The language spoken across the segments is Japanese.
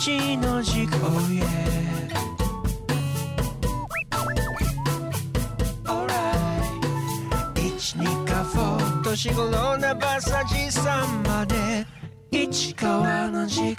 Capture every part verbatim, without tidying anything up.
ちの軸 Oh yeah Alright いち、にかフォー年頃な馬さじさんまで市川の軸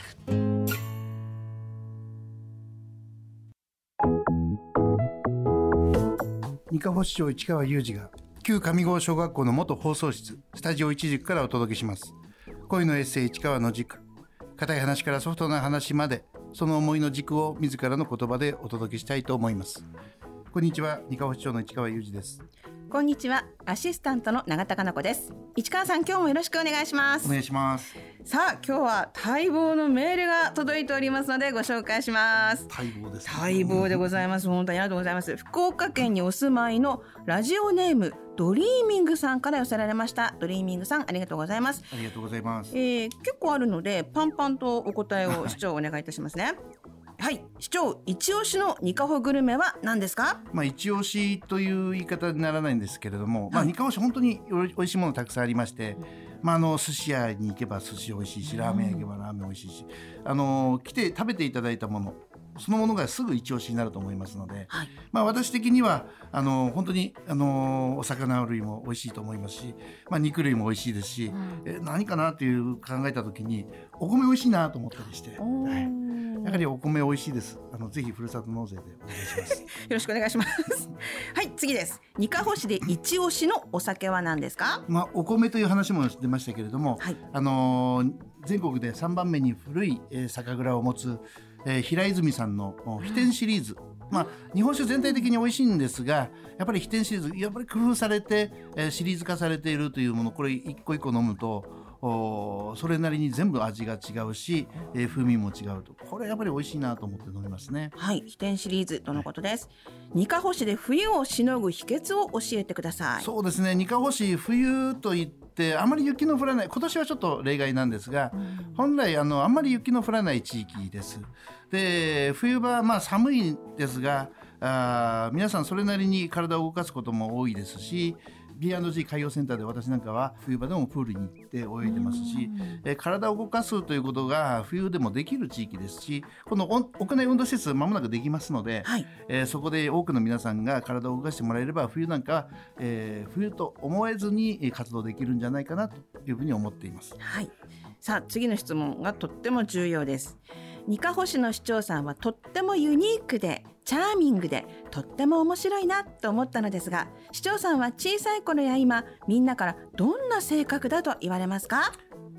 にかほ市長市川裕二が旧上郷小学校の元放送室スタジオいち軸からお届けします。恋のエッセイ市川の軸、固い話からソフトな話まで、その思いの軸を自らの言葉でお届けしたいと思います。こんにちは、にかほ市長の市川裕二です。 こんにちは、アシスタントの永田香奈子です。市川さん、今日もよろしくお願いします。 お願いします。 さあ、今日は待望のメールが届いておりますのでご紹介します。 待望ですね。 待望でございます。本当にありがとうございます。福岡県にお住まいのラジオネームドリーミングさんから寄せられました。ドリーミングさん、ありがとうございます。 ありがとうございます。 えー、結構あるのでパンパンとお答えを市長お願いいたしますね。はい、市長、一押しのにかほグルメは何ですか？ まあ、一押しという言い方にならないんですけれども、 はい、 まあ、にかほ市本当においしいものたくさんありまして、まあ、あの寿司屋に行けば寿司美味しいし、ラーメン屋行けばラーメン美味しいし、あの来て食べていただいたものそのものがすぐ一押しになると思いますので、はい、まあ、私的にはあの本当にあのお魚類も美味しいと思いますし、まあ、肉類も美味しいですし、うん、え何かなっていう考えた時にお米美味しいなと思ったりして、はい、やはりお米美味しいです。あのぜひふるさと納税でお願いしますよろしくお願いしますはい、次です。にかほ市で一押しのお酒は何ですか？ まあ、お米という話も出ましたけれども、はい、あの全国でさんばんめに古い、えー、酒蔵を持つえー、平泉さんの飛天シリーズ、まあ、日本酒全体的に美味しいんですが、やっぱり飛天シリーズやっぱり工夫されて、えー、シリーズ化されているというもの、これ一個一個飲むとそれなりに全部味が違うし、えー、風味も違うと、これやっぱり美味しいなと思って飲みますね。 はい、飛天シリーズとのことです。にかほ市で冬をしのぐ秘訣を教えてください。 そうですね、にかほ市冬といってあまり雪の降らない、今年はちょっと例外なんですが、うん、本来あのあんまり雪の降らない地域です。で冬場まあ寒いですが、あ皆さんそれなりに体を動かすことも多いですし、 ビーアンドジー 海洋センターで私なんかは冬場でもプールに行って泳いでますし、え体を動かすということが冬でもできる地域ですし、この屋内運動施設まもなくできますので、はい、えー、そこで多くの皆さんが体を動かしてもらえれば冬なんかは、えー、冬と思えずに活動できるんじゃないかなというふうに思っています。 はい、さあ次の質問がとっても重要です。にかほ市の市長さんはとってもユニークでチャーミングでとっても面白いなと思ったのですが、市長さんは小さい頃や今みんなからどんな性格だと言われますか？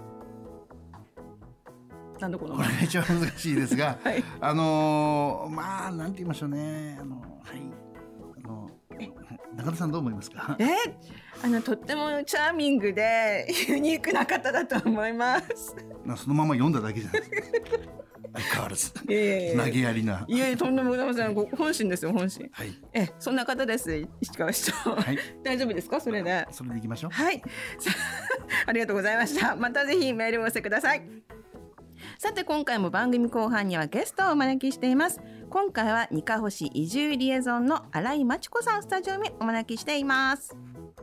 なんだこのこれが一番難しいですが、はい、あのー、まあなんて言いましょうね、あのはいあの中田さんどう思いますか？ えあのとってもチャーミングでユニークな方だと思います。 なそのまま読んだだけじゃないですか相変わらずいやいやいや投げやりな。 いやいやとんでもございません。本心ですよ、本心。 はい、 えそんな方です、石川市長、はい、大丈夫ですか？それでそれでいきましょう。 はいありがとうございました。またぜひメールをお寄せください。さて今回も番組後半にはゲストをお招きしています。今回はにかほ市移住リエゾンの新井真知子さんスタジオにお招きしています。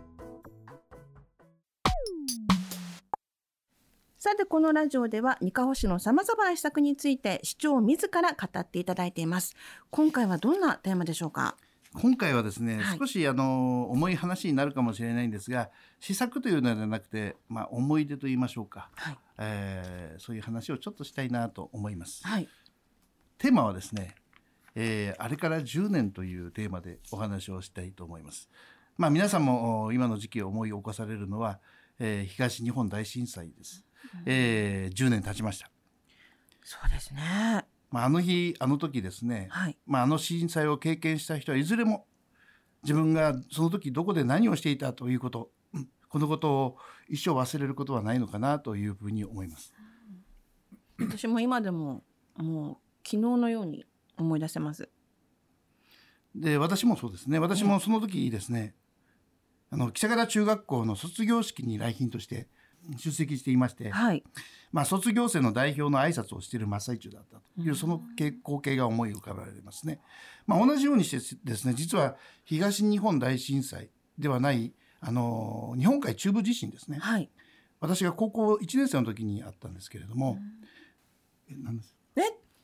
さてこのラジオではにかほ市のさまざまな施策について市長自ら語っていただいています。今回はどんなテーマでしょうか？ 今回はですね、はい、少しあの重い話になるかもしれないんですが、施策というのではなくて、まあ、思い出と言いましょうか、はい、えー、そういう話をちょっとしたいなと思います。はい、テーマはですね、えー、あれからじゅうねんというテーマでお話をしたいと思います。まあ、皆さんも今の時期を思い起こされるのは、えー、東日本大震災です。えー、じゅうねん経ちました。 そうですね。 まあ、あの日あの時ですね、はい、まあ、あの震災を経験した人はいずれも自分がその時どこで何をしていたということ、このことを一生忘れることはないのかなというふうに思います。 私も今でももう昨日のように思い出せます。 で私もそうですね。私もその時ですね、あの記者方中学校の卒業式に来賓として出席していまして、はい、まあ、卒業生の代表の挨拶をしている真っ最中だったというその光景が思い浮かべられますね。まあ、同じようにしてですね、実は東日本大震災ではないあの日本海中部地震ですね、はい、私が高校いちねん生の時にあったんですけれども、え何ですえ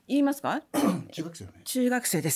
言いますか？ 中学生よね。 中学生です。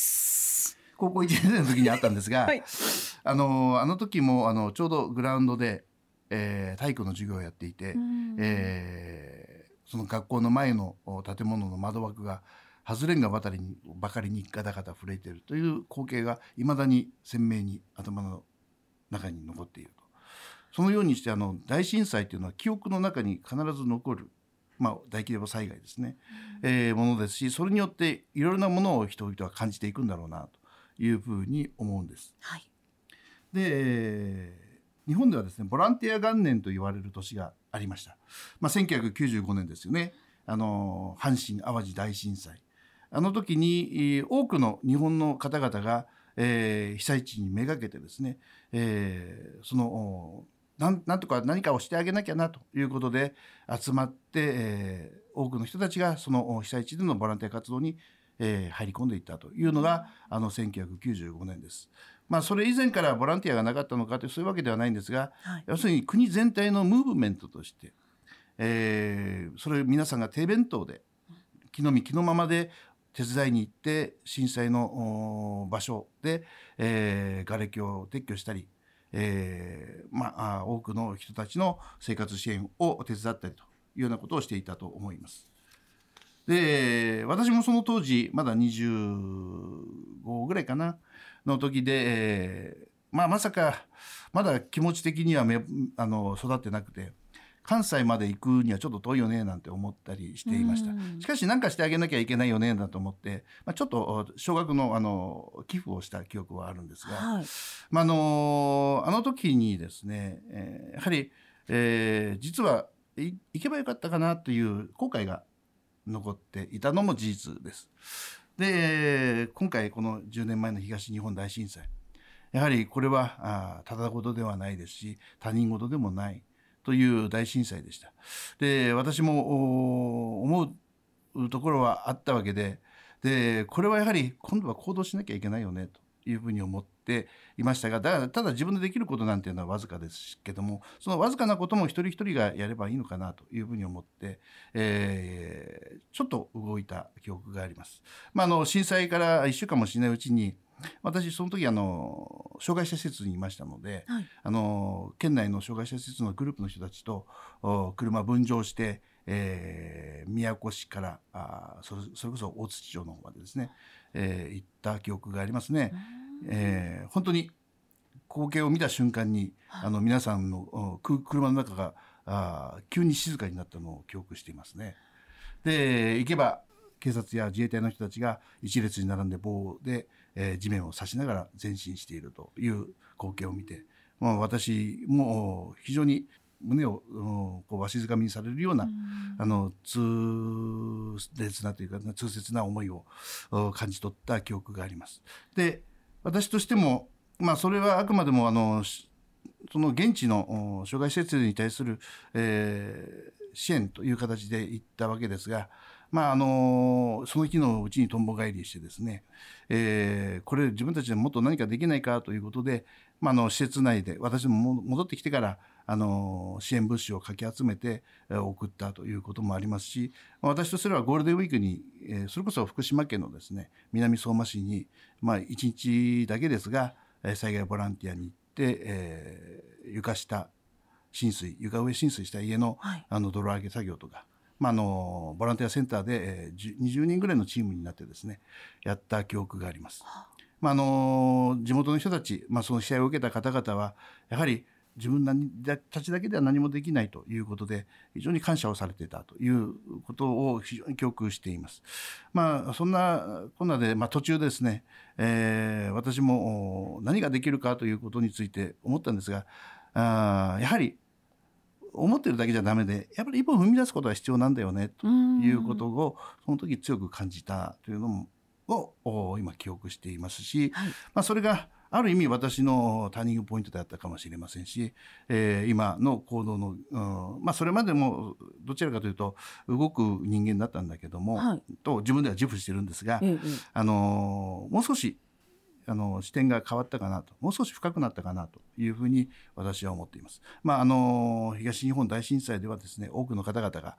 高校いちねん生の時にあったんですが、 はい、 あのあの時もあのちょうどグラウンドで、えー、体育の授業をやっていて、えー、その学校の前の建物の窓枠が外れんがばかりにばかりにガタガタ震えているという光景がいまだに鮮明に頭の中に残っていると。そのようにしてあの大震災というのは記憶の中に必ず残る、まあ、大規模災害ですね、うんえー、ものですし、それによっていろいろなものを人々は感じていくんだろうなというふうに思うんです。 はい、 で日本ではですねボランティア元年と言われる年がありました、まあ、せんきゅうひゃくきゅうじゅうごねんですよね。あの阪神・淡路大震災、あの時に多くの日本の方々が、えー、被災地にめがけてですね、えー、そのなんなんとか何かをしてあげなきゃなということで集まって、えー、多くの人たちがその被災地でのボランティア活動に、えー、入り込んでいったというのがあのせんきゅうひゃくきゅうじゅうごねんです。まあ、それ以前からボランティアがなかったのかというそういうわけではないんですが、はい、要するに国全体のムーブメントとして、えー、それを皆さんが手弁当で気の身気のままで手伝いに行って震災の場所で、えー、瓦礫を撤去したり、えーまあ、多くの人たちの生活支援を手伝ったりというようなことをしていたと思います。で私もその当時まだにじゅうごぐらいかなの時で、えーまあ、まさかまだ気持ち的にはめあの育ってなくて関西まで行くにはちょっと遠いよねなんて思ったりしていました。しかし何かしてあげなきゃいけないよねだと思って、まあ、ちょっと少額 の, あの寄付をした記憶はあるんですが、はいまあ、あのあの時にですね、えー、やはり、えー、実は行けばよかったかなという後悔が残っていたのも事実です。で今回このじゅうねんまえの東日本大震災、やはりこれはあただ事ではないですし他人事でもないという大震災でした。で私も思うところはあったわけで、でこれはやはり今度は行動しなきゃいけないよねというふうに思っていましたが、だただ自分でできることなんていうのはわずかですけども、そのわずかなことも一人一人がやればいいのかなというふうに思って、えー、ちょっと動いた記憶があります。まあ、あの震災からいっしゅうかんもしないうちに私その時あの障害者施設にいましたので、はい、あの県内の障害者施設のグループの人たちと車分乗して、えー、宮古市からあそれ、それこそ大槌町の方までですね、えー、行った記憶がありますね。えー、本当に光景を見た瞬間に、はい、あの皆さんの車の中があ急に静かになったのを記憶していますね。で行けば警察や自衛隊の人たちが一列に並んで棒で、えー、地面を刺しながら前進しているという光景を見て、まあ、私も非常に胸をこうわしづかみにされるような、うん、あの痛烈なというか痛切な思いを感じ取った記憶があります。で私としても、まあ、それはあくまでもあのその現地の障害施設に対する、えー、支援という形で行ったわけですが、まあ、あのその日のうちにとんぼ返りしてですね、えー、これ自分たちでもっと何かできないかということで、まあ、あの施設内で私も戻ってきてからあの支援物資をかき集めて送ったということもありますし、私とすればゴールデンウィークにそれこそ福島県のですね南相馬市に、まあ、いちにちだけですが災害ボランティアに行って、えー、床下浸水床上浸水した家の、はい、あの泥上げ作業とか、まあ、あのボランティアセンターで、えー、にじゅうにんぐらいのチームになってですねやった記憶があります。まあ、あの地元の人たち、まあ、その被災を受けた方々はやはり自分たちだけでは何もできないということで非常に感謝をされていたということを非常に記憶しています。まあ、そんなこんなで、まあ、途中ですね、えー、私も何ができるかということについて思ったんですが、あやはり思ってるだけじゃダメでやっぱり一歩踏み出すことが必要なんだよねということをその時強く感じたというのを今記憶していますし、はい、まあ、それがある意味私のターニングポイントであったかもしれませんし、えー、今の行動の、うんまあ、それまでもどちらかというと動く人間だったんだけども、はい、と自分では自負してるんですが、うんうん、あのもう少しあの視点が変わったかなと、もう少し深くなったかなというふうに私は思っています。まあ、あの東日本大震災ではですね多くの方々が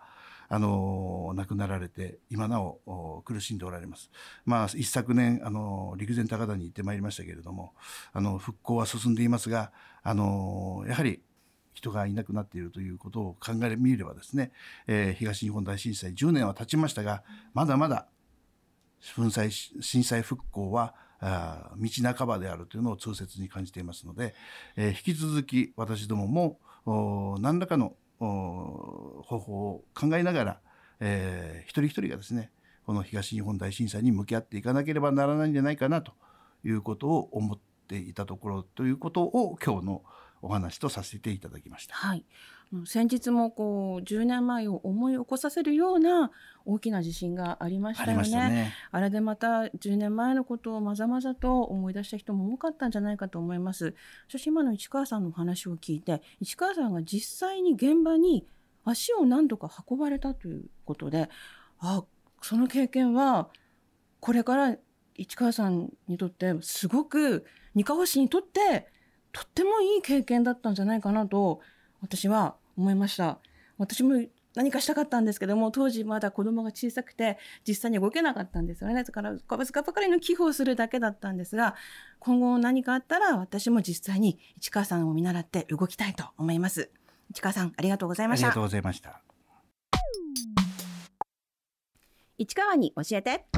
あの亡くなられて今なお苦しんでおられます。まあ一昨年あの陸前高田に行ってまいりましたけれども、あの復興は進んでいますが、あのやはり人がいなくなっているということを考えてみればですね、えー、東日本大震災じゅうねんは経ちましたが、まだまだ粉災震災復興はあ道半ばであるというのを痛切に感じていますので、えー、引き続き私どもも何らかの方法を考えながら、えー、一人一人がですねこの東日本大震災に向き合っていかなければならないんじゃないかなということを思っていたところということを今日のお話とさせていただきました。 はい、先日もこうじゅうねんまえを思い起こさせるような大きな地震がありましたよ ね, あ, りましたねあれでまたじゅうねんまえのことをまざまざと思い出した人も多かったんじゃないかと思います。そして今の市川さんのお話を聞いて、市川さんが実際に現場に足を何度か運ばれたということで、あその経験はこれから市川さんにとってすごくにかほ市にとってとってもいい経験だったんじゃないかなと私は思いました。私も何かしたかったんですけども、当時まだ子供が小さくて実際に動けなかったんですよね。だからわずかばかりの寄付をするだけだったんですが、今後何かあったら私も実際に市川さんを見習って動きたいと思います。市川さんありがとうございました。 ありがとうございました。 市川に教えて。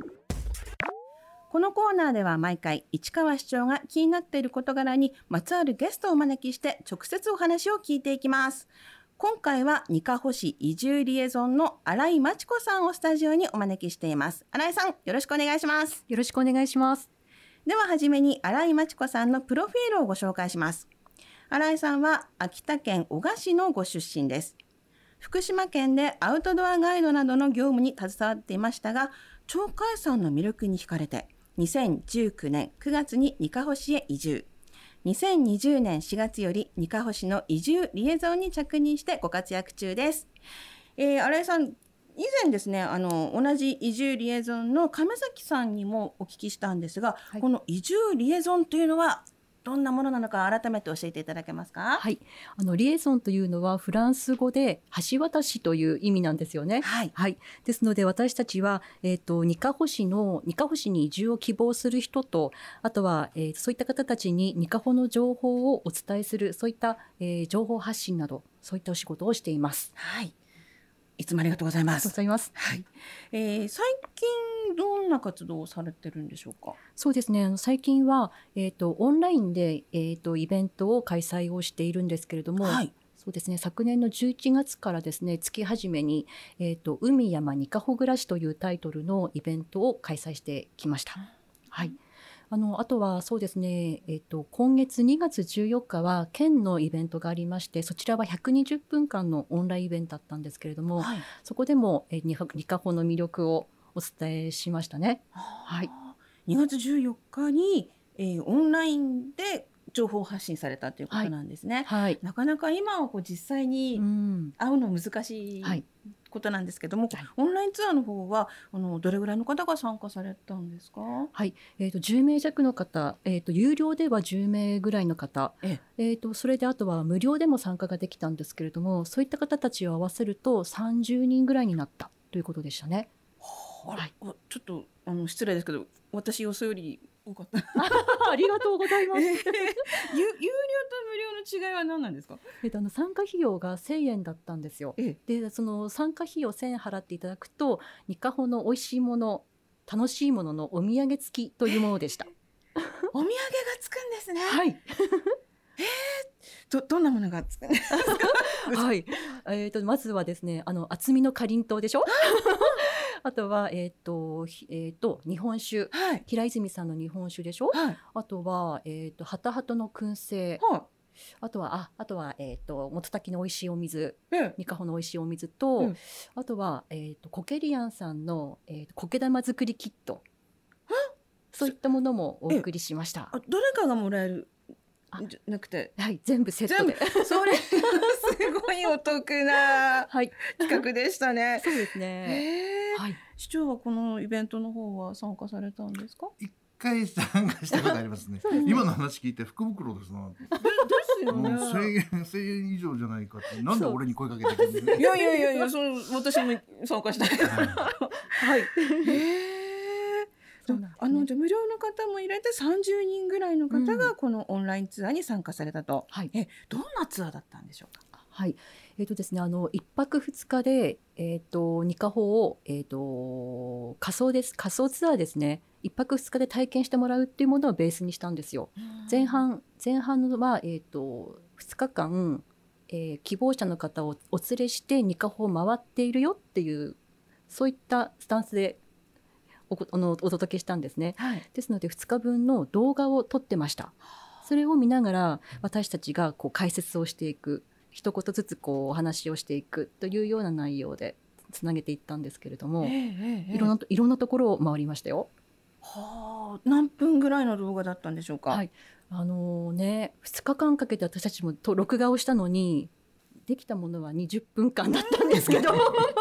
このコーナーでは毎回市川市長が気になっている事柄にまつわるゲストをお招きして直接お話を聞いていきます。今回はにかほ市移住リエゾンの新井真知子さんをスタジオにお招きしています。新井さんよろしくお願いします。 よろしくお願いします。 でははじめに新井真知子さんのプロフィールをご紹介します。新井さんは秋田県男鹿市のご出身です。福島県でアウトドアガイドなどの業務に携わっていましたが、鳥海山の魅力に惹かれてにせんじゅうきゅうねんくがつににかほ市へ移住。にせんにじゅうねんしがつよりにかほ市の移住リエゾンに着任してご活躍中です。えー、新井さん、以前ですね、あの同じ移住リエゾンの亀崎さんにもお聞きしたんですが、はい、この移住リエゾンというのはどんなものなのか改めて教えていただけますか。 はい、あのリエゾンというのはフランス語で橋渡しという意味なんですよね。 はい、 はい、ですので私たちは、えーと、にかほ市のにかほ市に移住を希望する人と、あとは、えー、そういった方たちににかほの情報をお伝えする、そういった、えー、情報発信などそういったお仕事をしています。 はい、いつもありがとうございます。 ありがとうございます。 はい、えー、最近どんな活動をされてるんでしょうか。 そうですね、最近は、えーと、オンラインで、えーと、イベントを開催をしているんですけれども、 はい、 そうですね、昨年のじゅういちがつからですね、月始めに、えーと、海山にかほ暮らしというタイトルのイベントを開催してきました。はい、あのあとはそうですね、えーと、今月にがつじゅうよっかは県のイベントがありまして、そちらはひゃくにじゅっぷんかんのオンラインイベントだったんですけれども、はい、そこでも、えー、にかほの魅力をお伝えしましたね。はい、 にがつじゅうよっかに、えー、オンラインで情報発信されたということなんですね。 はいはい、 なかなか今はこう実際に会うの難しい、はい、ことなんですけども、はい、オンラインツアーの方はあのどれぐらいの方が参加されたんですか。 はい、えーと、じゅうめいじゃくの方、えーと、有料ではじゅうめいぐらいの方、えええーと、それであとは無料でも参加ができたんですけれども、そういった方たちを合わせるとさんじゅうにんぐらいになったということでしたね。 はあ、はい、ちょっとあの失礼ですけど私予想より多かったありがとうございます、えー、有, 有料と無料の違いは何なんですか。 えー、とあの参加費用がせんえんだったんですよ。えー、でその参加費用せんえん払っていただくとにかほの美味しいもの、楽しいもののお土産付きというものでした。 お土産がつくんですね。 はいえー、ど, どんなものがつくんですか。 はい、えー、とまずはですね、あの厚みのかりんとうでしょあとは、えーとえー、と日本酒、はい、平泉さんの日本酒でしょ、はい、あとは、えー、とハタハトの燻製、はい、あとはああとは、えー、と元滝の美味しいお水、にかほの美味しいお水と、うん、あとは、えー、とコケリアンさんの、えー、と苔玉作りキット、そういったものもお送りしました。 あ、どれかがもらえるじゃなくて、 はい、全部セットでそれすごいお得な企画でしたね。はい、 そうですね。 はい、市長はこのイベントの方は参加されたんですか。 いっ回参加したことありますね。今の話聞いて福袋ですな。 ですよね。 もうせんえんせんえん以上じゃないかって、なんで俺に声かけてくるんですいやいやいやいや、その私も参加したい。はい。へえ。あのじゃ無料の方も入れてさんじゅうにんぐらいの方がこのオンラインツアーに参加されたと。はい。え、どんなツアーだったんでしょうか。 はい、えーとですね、あのいっぱくふつかで、えーとニカホを、えーと仮想です仮想ツアーですね、いっぱくふつかで体験してもらうっていうものをベースにしたんですよ。前半前半は、えーとふつかかん、えー希望者の方をお連れしてニカホを回っているよっていう、そういったスタンスでおあのお届けしたんですね。はい、ですのでふつかぶんの動画を撮ってました。それを見ながら私たちがこう解説をしていく、一言ずつこうお話をしていくというような内容でつなげていったんですけれども、えーえー、いろんな、いろんなところを回りましたよ。 はあ、何分ぐらいの動画だったんでしょうか。 はい、あのー、ねふつかかんかけて私たちもと録画をしたのにできたものはにじゅっぷんかんだったんですけど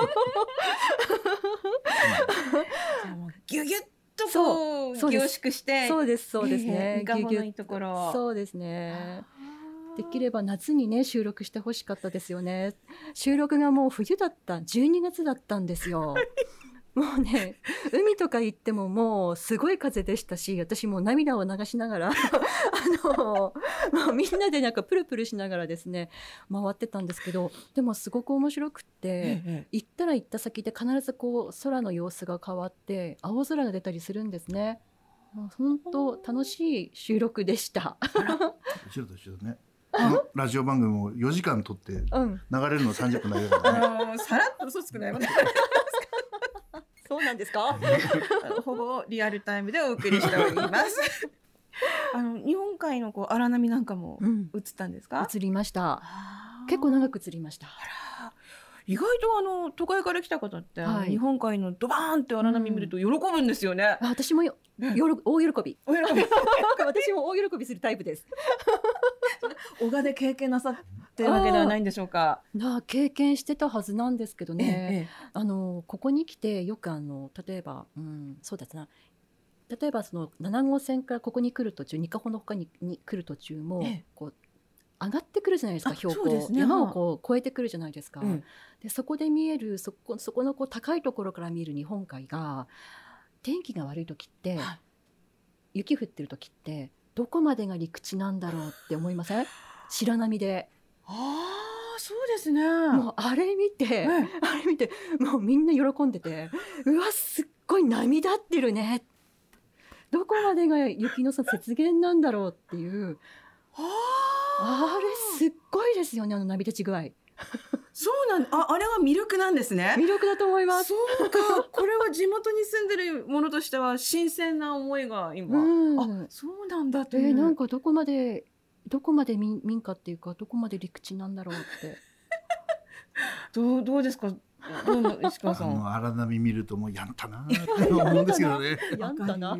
ギュギュッとこう凝縮して、 そうですそうですね、 ギュギュッいいところ、 そうですね。できれば夏にね収録してほしかったですよね。収録がもう冬だった、じゅうにがつだったんですよ。もうね海とか行ってももうすごい風でしたし、私もう涙を流しながらあのもうみんなでなんかプルプルしながらですね回ってたんですけど、でもすごく面白くって、ええ、行ったら行った先で必ずこう空の様子が変わって青空が出たりするんですね。本当楽しい収録でした。 後ろと後ろね、このラジオ番組もよじかん撮って流れるのさんじゅっぷんだけだからね。 さらっと嘘つくない。 そうなんですか。 ほぼリアルタイムでお送りしております。あの日本海のこう荒波なんかも映ったんですか。 映りました。結構長く映りました。 意外とあの都会から来た方って、はい、日本海のドバーンって荒波見ると喜ぶんですよね。 うん、私もよ、ね、よろ大喜び。大喜び。私も大喜びするタイプです。 小川で経験なさってるわけではないんでしょうか。 な経験してたはずなんですけどね。ええ、あのここに来てよくあの例えば、うん、そうだな。例えばそのなな号線からここに来る途中、ニカホの他にに来る途中も、ええ、こう上がってくるじゃないですか、標高です、ね、山をこう越えてくるじゃないですか。うん、でそこで見えるそこ、そこのこう高いところから見える日本海が天気が悪い時って、はい、雪降ってる時ってどこまでが陸地なんだろうって思いません？白波で。 ああ、そうですね。 もうあれ見て、ええ、あれ見てもうみんな喜んでて、うわすっごい波立ってるね、どこまでが雪のその雪原なんだろうっていう。あれすっごいですよね、あの波立ち具合。 そうなん、あ、あれは魅力なんですね。 魅力だと思います。 そうか、これは地元に住んでるものとしては新鮮な思いが今、うん、あ、そうなんだという、 えー、なんかどこまでどこまで民民家っていうかどこまで陸地なんだろうってどうどうですか、どうも石川さん。 あの荒波見るともうやったなって思うんですけどね。 やったな。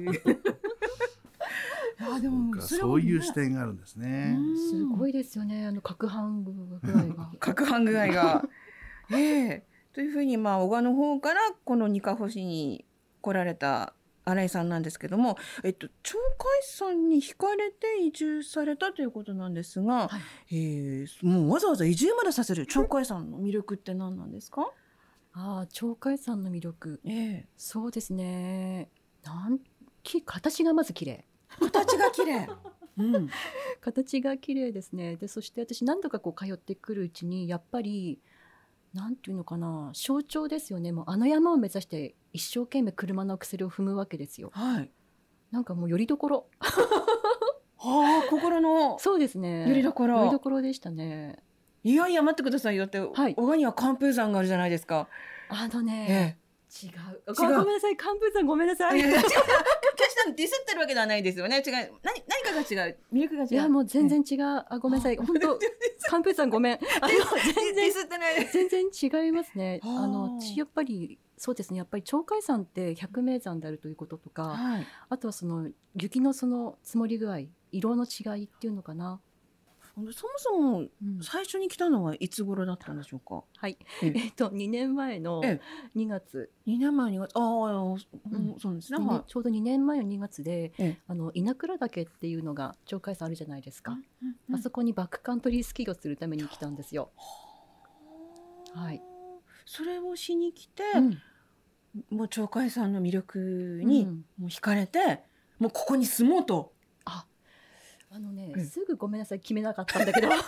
あ、でもそ, そういう視点があるんですね。 すごいですよね、あの攪拌具合が攪拌具合が、えー、というふうに、まあ、小川の方からこのニカホ市に来られた新井さんなんですけども、えっと、鳥海山に惹かれて移住されたということなんですが、はい、えー、もうわざわざ移住までさせる鳥海山の魅力って何なんですか？ あ、鳥海山の魅力、えー、そうですね、なんき形がまず綺麗。 形が綺麗、うん、 形が綺麗ですね。でそして私何度かこう通ってくるうちにやっぱりなんていうのかな、象徴ですよね。もうあの山を目指して一生懸命車のアクセルを踏むわけですよ。はい、なんかもうよりどころはあ、心のそうですね、 よりどころよりどころでしたね。 いやいや待ってくださいよって、はい、小川には寒風山があるじゃないですか。 あのね、ええ、違う。ごめんなさい、寒風山ごめんなさい。 決してディスってるわけではないですよね。違う、何、何かが違う、魅力が違う。 いやもう全然違う。あ、ごめんなさい。本当寒風山ごめん。あの全然ディスってない。 全然違いますね。あのやっぱりそうですね。やっぱり鳥海山って百名山であるということとか、はい、あとはその雪のその積もり具合、色の違いっていうのかな。 そもそも最初に来たのはいつ頃だったんでしょうか。 はい、えっとにねんまえのにがつ、 にねんまえにがつ、ああ、うん、そうですね、 はい、ちょうどにねんまえのにがつで、あの稲倉岳っていうのが鳥海山あるじゃないですか、うんうんうん、あそこにバックカントリースキーをするために来たんですよ。はい、 それをしに来て、うん、もう鳥海山の魅力にもう惹かれて、うん、もうここに住もうと。 ああのね、うん、すぐごめんなさい決めなかったんだけど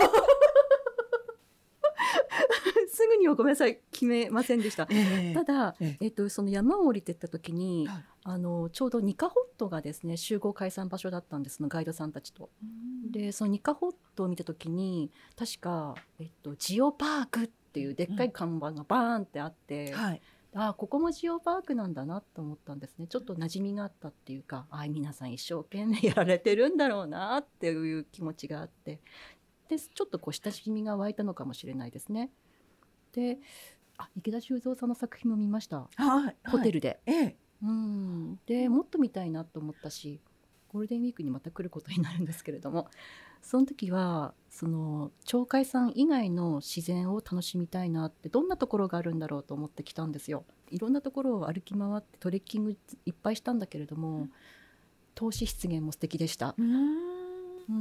すぐにはごめんなさい決めませんでした、えー、ただ、えーえー、とその山を降りていった時に、はい、あのちょうどニカホットがですね集合解散場所だったんです、そのガイドさんたちと。でそのニカホットを見た時に確か、えっと、ジオパークっていうでっかい看板がバーンってあって、うん、はい、あここもジオパークなんだなと思ったんですね。ちょっと馴染みがあったっていうか、あ皆さん一生懸命やられてるんだろうなっていう気持ちがあって、でちょっとこう親しみが湧いたのかもしれないですね。であ池田修造さんの作品も見ました、はい、ホテルで、はい、ええ、うんでもっと見たいなと思ったし、ゴールデンウィークにまた来ることになるんですけれども、その時はその鳥海山以外の自然を楽しみたいなって、どんなところがあるんだろうと思ってきたんですよ。いろんなところを歩き回ってトレッキングいっぱいしたんだけれども、透視湿原も素敵でした。うーんうん、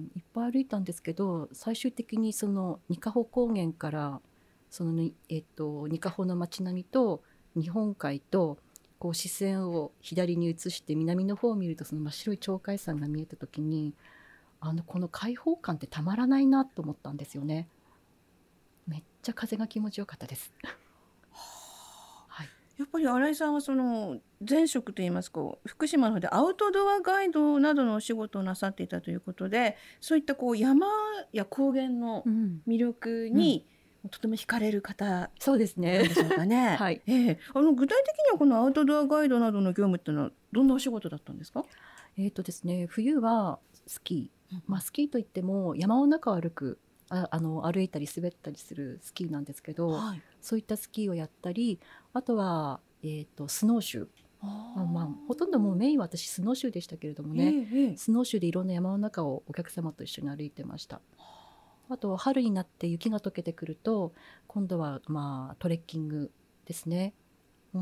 いっぱい歩いたんですけど、最終的にそのニカホ高原からその、えっと、ニカホの街並みと日本海とこう視線を左に移して南の方を見ると、その真っ白い鳥海山が見えた時に、あのこの開放感ってたまらないなと思ったんですよね。めっちゃ風が気持ちよかったですはい、 やっぱり新井さんはその前職といいますか、福島の方でアウトドアガイドなどのお仕事をなさっていたということで、そういったこう山や高原の魅力に、うん、とても惹かれる方そうですねなんでしょうかねはい、 えー、あの具体的にはこのアウトドアガイドなどの業務っていうのはどんなお仕事だったんですか。 えーとですね、冬はスキー、まあ、スキーといっても山の中を歩くああの歩いたり滑ったりするスキーなんですけど、はい、そういったスキーをやったり、あとは、えーとスノーシュー、あまあ、ほとんどもうメインは私スノーシューでしたけれどもね、ええ、スノーシューでいろんな山の中をお客様と一緒に歩いてました。あと春になって雪が溶けてくると今度はまあトレッキングですね、うん、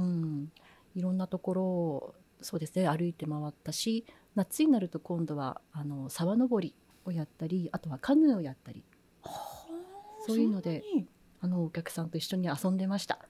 いろんなところをそうですね歩いて回ったし、夏になると今度はあの沢登りをやったり、あとはカヌーをやったり、そういうのであのお客さんと一緒に遊んでました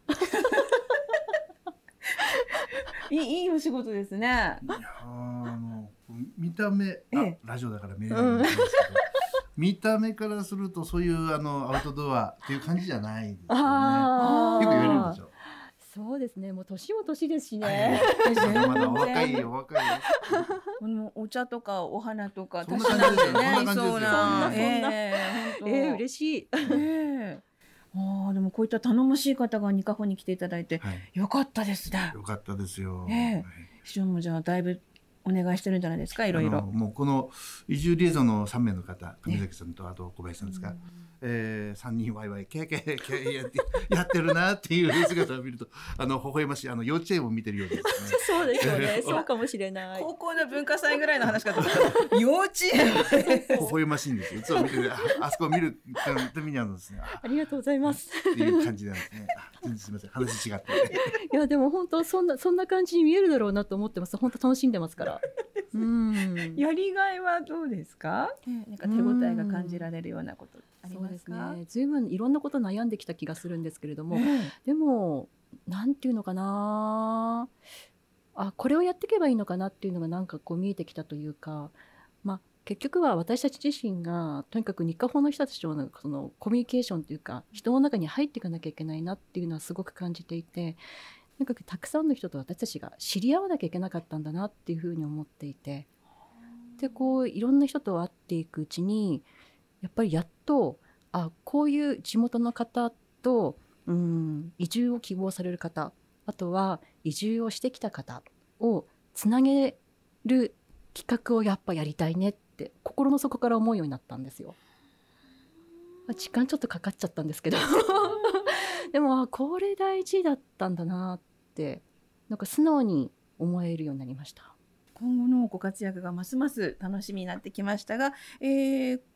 いい、いいお仕事ですね。いやあの見た目、ええ、ラジオだから見れないんですけど、うん、見た目からするとそういうあのアウトドアっていう感じじゃないですよね。あ結構言われるでしょ。 そうですね、もう年も年ですしね。 まだ若いよ若いよ。 お茶とかお花とかそんな感じですよね。 そんなそんな、えー、えー、嬉しい。えーあでもこういった頼もしい方がニカホに来ていただいて、はい、よかったですね。 よかったですよ。 えー、師匠もじゃあだいぶお願いしてるんじゃないですか、いろいろ。 もうこの移住リエゾンのさんめいの方、上崎さんとあと小林さんですか、えー、さんにんワイワイケーケーケーやってやってるなっていう姿を見るとあの微笑ましい、あの幼稚園を見てるようですね。 そうですよねそうかもしれない。 高校の文化祭ぐらいの話かと思った幼稚園微笑ましいんですよ。いつも見てる あ, あそこを見るためにあるんですね。 ありがとうございますっていう感じなんですね。全然すみません、話違っていやでも本当そんなそんな感じに見えるだろうなと思ってます。本当楽しんでますからうんやりがいはどうですか。なんか手応えが感じられるようなことありますか。 そうですね、ずいぶんいろんなこと悩んできた気がするんですけれども、えー、でもなんていうのかなあ、これをやっていけばいいのかなっていうのがなんかこう見えてきたというか、まあ、結局は私たち自身がとにかくニカホの人たちとのそのコミュニケーションというか人の中に入っていかなきゃいけないなっていうのはすごく感じていて、とにかくたくさんの人と私たちが知り合わなきゃいけなかったんだなっていうふうに思っていて、でこういろんな人と会っていくうちにやっぱりやっとあこういう地元の方とうん移住を希望される方、あとは移住をしてきた方をつなげる企画をやっぱやりたいねって心の底から思うようになったんですよ。時間ちょっとかかっちゃったんですけどでもこれ大事だったんだなってなんか素直に思えるようになりました。 今後のご活躍がますます楽しみになってきましたが、えー、この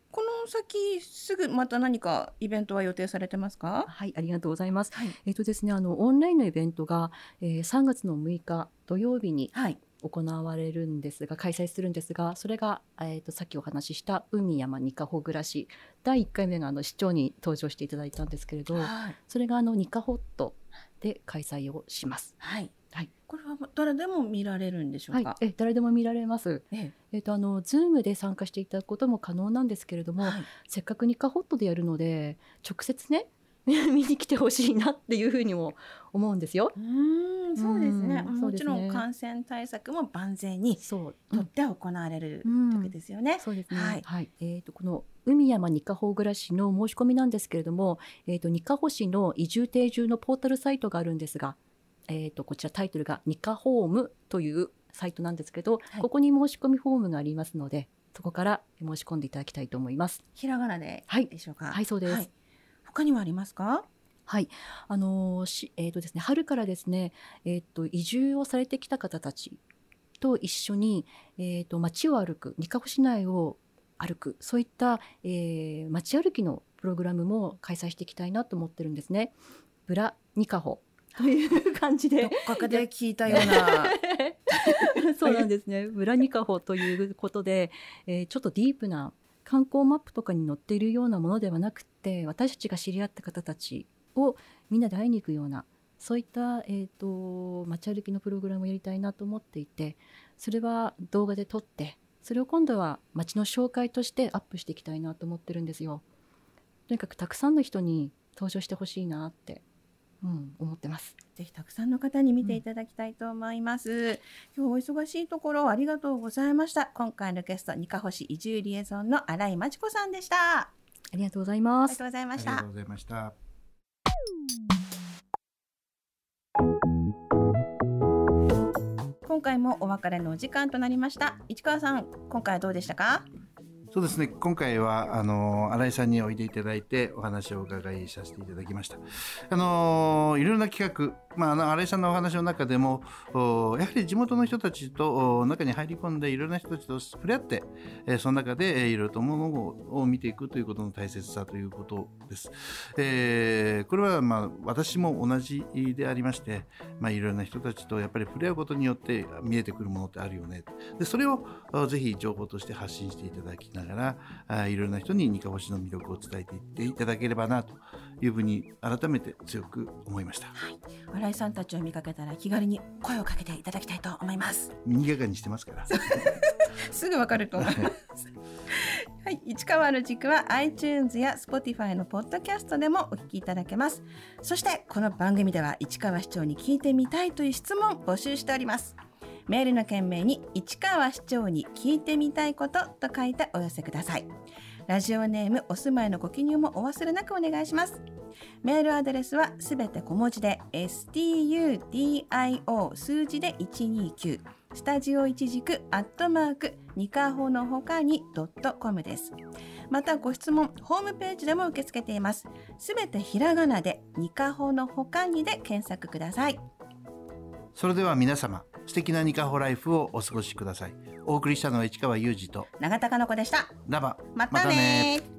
の先すぐまた何かイベントは予定されてますか？ はい、ありがとうございます。 はい、 えっとですね、あのオンラインのイベントが、えー、さんがつのむいか土曜日に行われるんですが、開催するんですが、それが、えー、とさっきお話しした海山にかほ暮らしだいいっかいめがあの市長に登場していただいたんですけれど、はい、それがあのニカホットで開催をします。 はいはい、 これは誰でも見られるんでしょうか？ はい、え誰でも見られます。えええー、とあの Zoom で参加していただくことも可能なんですけれども、はい、せっかくニカホットでやるので直接ね見に来てほしいなっていうふうにも思うんですよ。 うーん、そうですね。もちろん感染対策も万全にとって行われる時ですよね。うん、 そうですね。はい。はい、えー、とこの海山にかほ暮らしの申し込みなんですけれども、えー、とにかほ市の移住定住のポータルサイトがあるんですが、えー、とこちらタイトルがニカホームというサイトなんですけど、はい、ここに申し込みフォームがありますので、そこから申し込んでいただきたいと思います。 ひらがなででしょうか？ はい、はい、そうです。はい、 他にはありますか？ はい、あのーしえーとですね、春からですね、えー、と移住をされてきた方たちと一緒に、えー、と街を歩く、にかほ市内を歩く、そういった、えー、街歩きのプログラムも開催していきたいなと思ってるんですね。ブラニカホという感じでどっかかで聞いたようなそうなんですね。ブラニカホということで、えー、ちょっとディープな観光マップとかに載っているようなものではなくて、私たちが知り合った方たちをみんなで会いに行くような、そういった、えーと、街歩きのプログラムをやりたいなと思っていて、それは動画で撮って、それを今度は街の紹介としてアップしていきたいなと思ってるんですよ。とにかくたくさんの人に登場してほしいなって、うん、思ってます。 ぜひたくさんの方に見ていただきたいと思います。うん、今日お忙しいところありがとうございました。今回のゲスト、にかほ市移住リエゾンの新井真知子さんでした。 ありがとうございます。 ありがとうございました。 ありがとうございました。 今回もお別れのお時間となりました。市川さん、今回はどうでしたか？ そうですね、今回はあの新井さんにおいでいただいてお話をお伺いさせていただきました。あのいろんな企画、まあ、あの新井さんのお話の中でもやはり地元の人たちと中に入り込んでいろんな人たちと触れ合って、えー、その中で、えー、いろいろとものを見ていくということの大切さということです。えー、これは、まあ、私も同じでありまして、まあ、いろんな人たちとやっぱり触れ合うことによって見えてくるものってあるよね。でそれをぜひ情報として発信していただきながらあいろいろな人ににかほ市の魅力を伝えていっていただければなというふうに改めて強く思いました。 はい、新井さんたちを見かけたら気軽に声をかけていただきたいと思います。 賑やかにしてますからすぐわかると思いますはい、市川の軸は iTunes や Spotify のポッドキャストでもお聞きいただけます。そしてこの番組では市川市長に聞いてみたいという質問を募集しております。メールの件名に市川市長に聞いてみたいことと書いてお寄せください。ラジオネーム、お住まいのご記入もお忘れなくお願いします。メールアドレスはすべて小文字で エスティーユーディーアイオー 数字でいちにーきゅうスタジオ一軸アットマークにかほのほかに .com です。またご質問ホームページでも受け付けています。すべてひらがなでにかほのほかにで検索ください。 それでは皆様、素敵なにかほライフをお過ごしください。お送りしたのは市川裕二と永田香奈子でした。 ラバまたね。